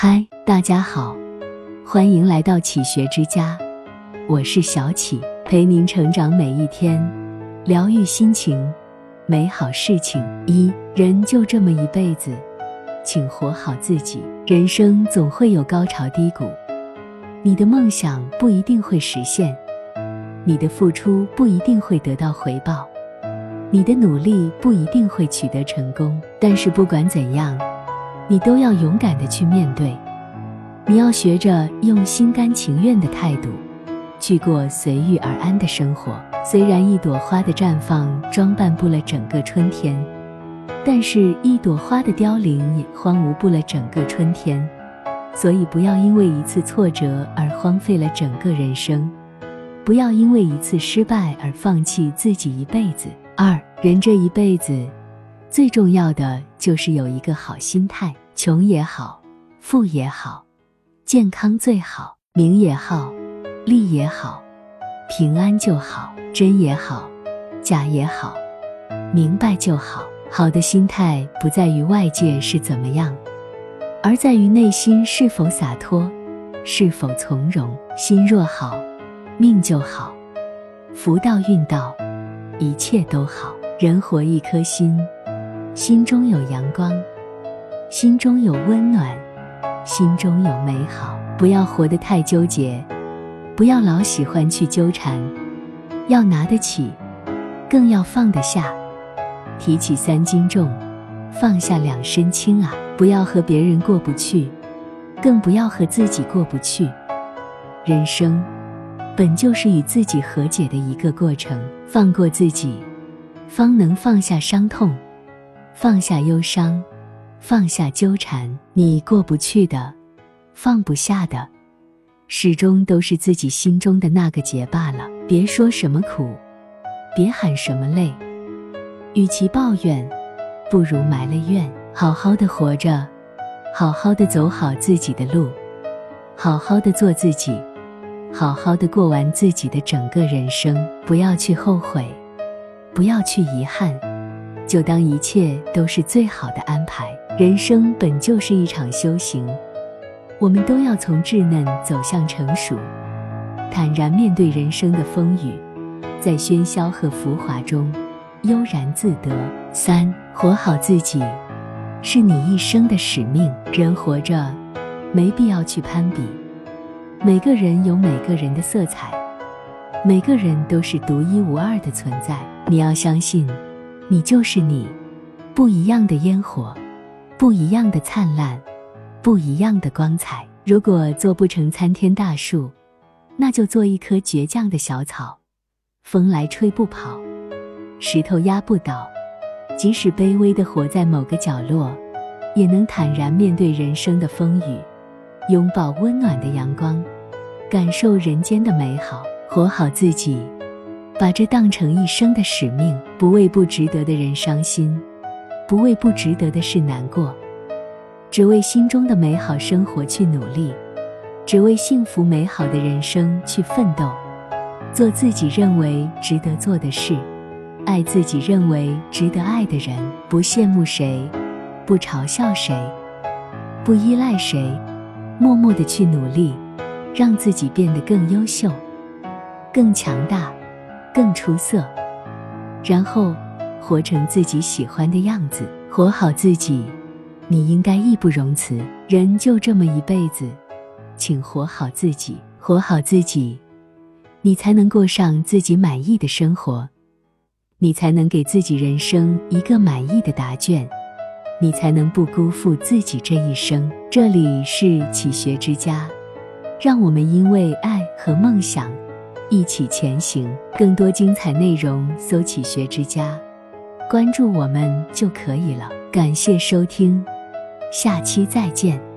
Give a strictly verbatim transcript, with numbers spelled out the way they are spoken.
嗨，大家好，欢迎来到启学之家，我是小启，陪您成长每一天，疗愈心情，美好事情。一，人就这么一辈子，请活好自己。人生总会有高潮低谷，你的梦想不一定会实现，你的付出不一定会得到回报，你的努力不一定会取得成功，但是不管怎样，你都要勇敢地去面对。你要学着用心甘情愿的态度去过随遇而安的生活。虽然一朵花的绽放装扮不了整个春天，但是一朵花的凋零也荒芜不了整个春天。所以不要因为一次挫折而荒废了整个人生，不要因为一次失败而放弃自己一辈子。二，人这一辈子最重要的就是有一个好心态，穷也好，富也好，健康最好，名也好，利也好，平安就好，真也好，假也好，明白就好。好的心态不在于外界是怎么样，而在于内心是否洒脱，是否从容。心若好，命就好，福到运到，一切都好。人活一颗心，心中有阳光，心中有温暖，心中有美好。不要活得太纠结，不要老喜欢去纠缠，要拿得起，更要放得下。提起三斤重，放下两身轻啊！不要和别人过不去，更不要和自己过不去。人生本就是与自己和解的一个过程，放过自己，方能放下伤痛，放下忧伤，放下纠缠。你过不去的，放不下的，始终都是自己心中的那个结罢了。别说什么苦，别喊什么累，与其抱怨，不如埋了怨。好好的活着，好好的走好自己的路，好好的做自己，好好的过完自己的整个人生。不要去后悔，不要去遗憾，就当一切都是最好的安排。人生本就是一场修行，我们都要从稚嫩走向成熟，坦然面对人生的风雨，在喧嚣和浮华中悠然自得。三，活好自己是你一生的使命。人活着没必要去攀比，每个人有每个人的色彩，每个人都是独一无二的存在。你要相信，你就是你，不一样的烟火，不一样的灿烂，不一样的光彩。如果做不成参天大树，那就做一棵倔强的小草，风来吹不跑，石头压不倒。即使卑微地活在某个角落，也能坦然面对人生的风雨，拥抱温暖的阳光，感受人间的美好。活好自己，把这当成一生的使命，不为不值得的人伤心，不为不值得的事难过，只为心中的美好生活去努力，只为幸福美好的人生去奋斗。做自己认为值得做的事，爱自己认为值得爱的人，不羡慕谁，不嘲笑谁，不依赖谁，默默地去努力，让自己变得更优秀，更强大，更出色，然后活成自己喜欢的样子。活好自己，你应该义不容辞。人就这么一辈子，请活好自己。活好自己，你才能过上自己满意的生活，你才能给自己人生一个满意的答卷，你才能不辜负自己这一生。这里是启学之家，让我们因为爱和梦想一起前行。更多精彩内容搜启学之家，关注我们就可以了。感谢收听，下期再见。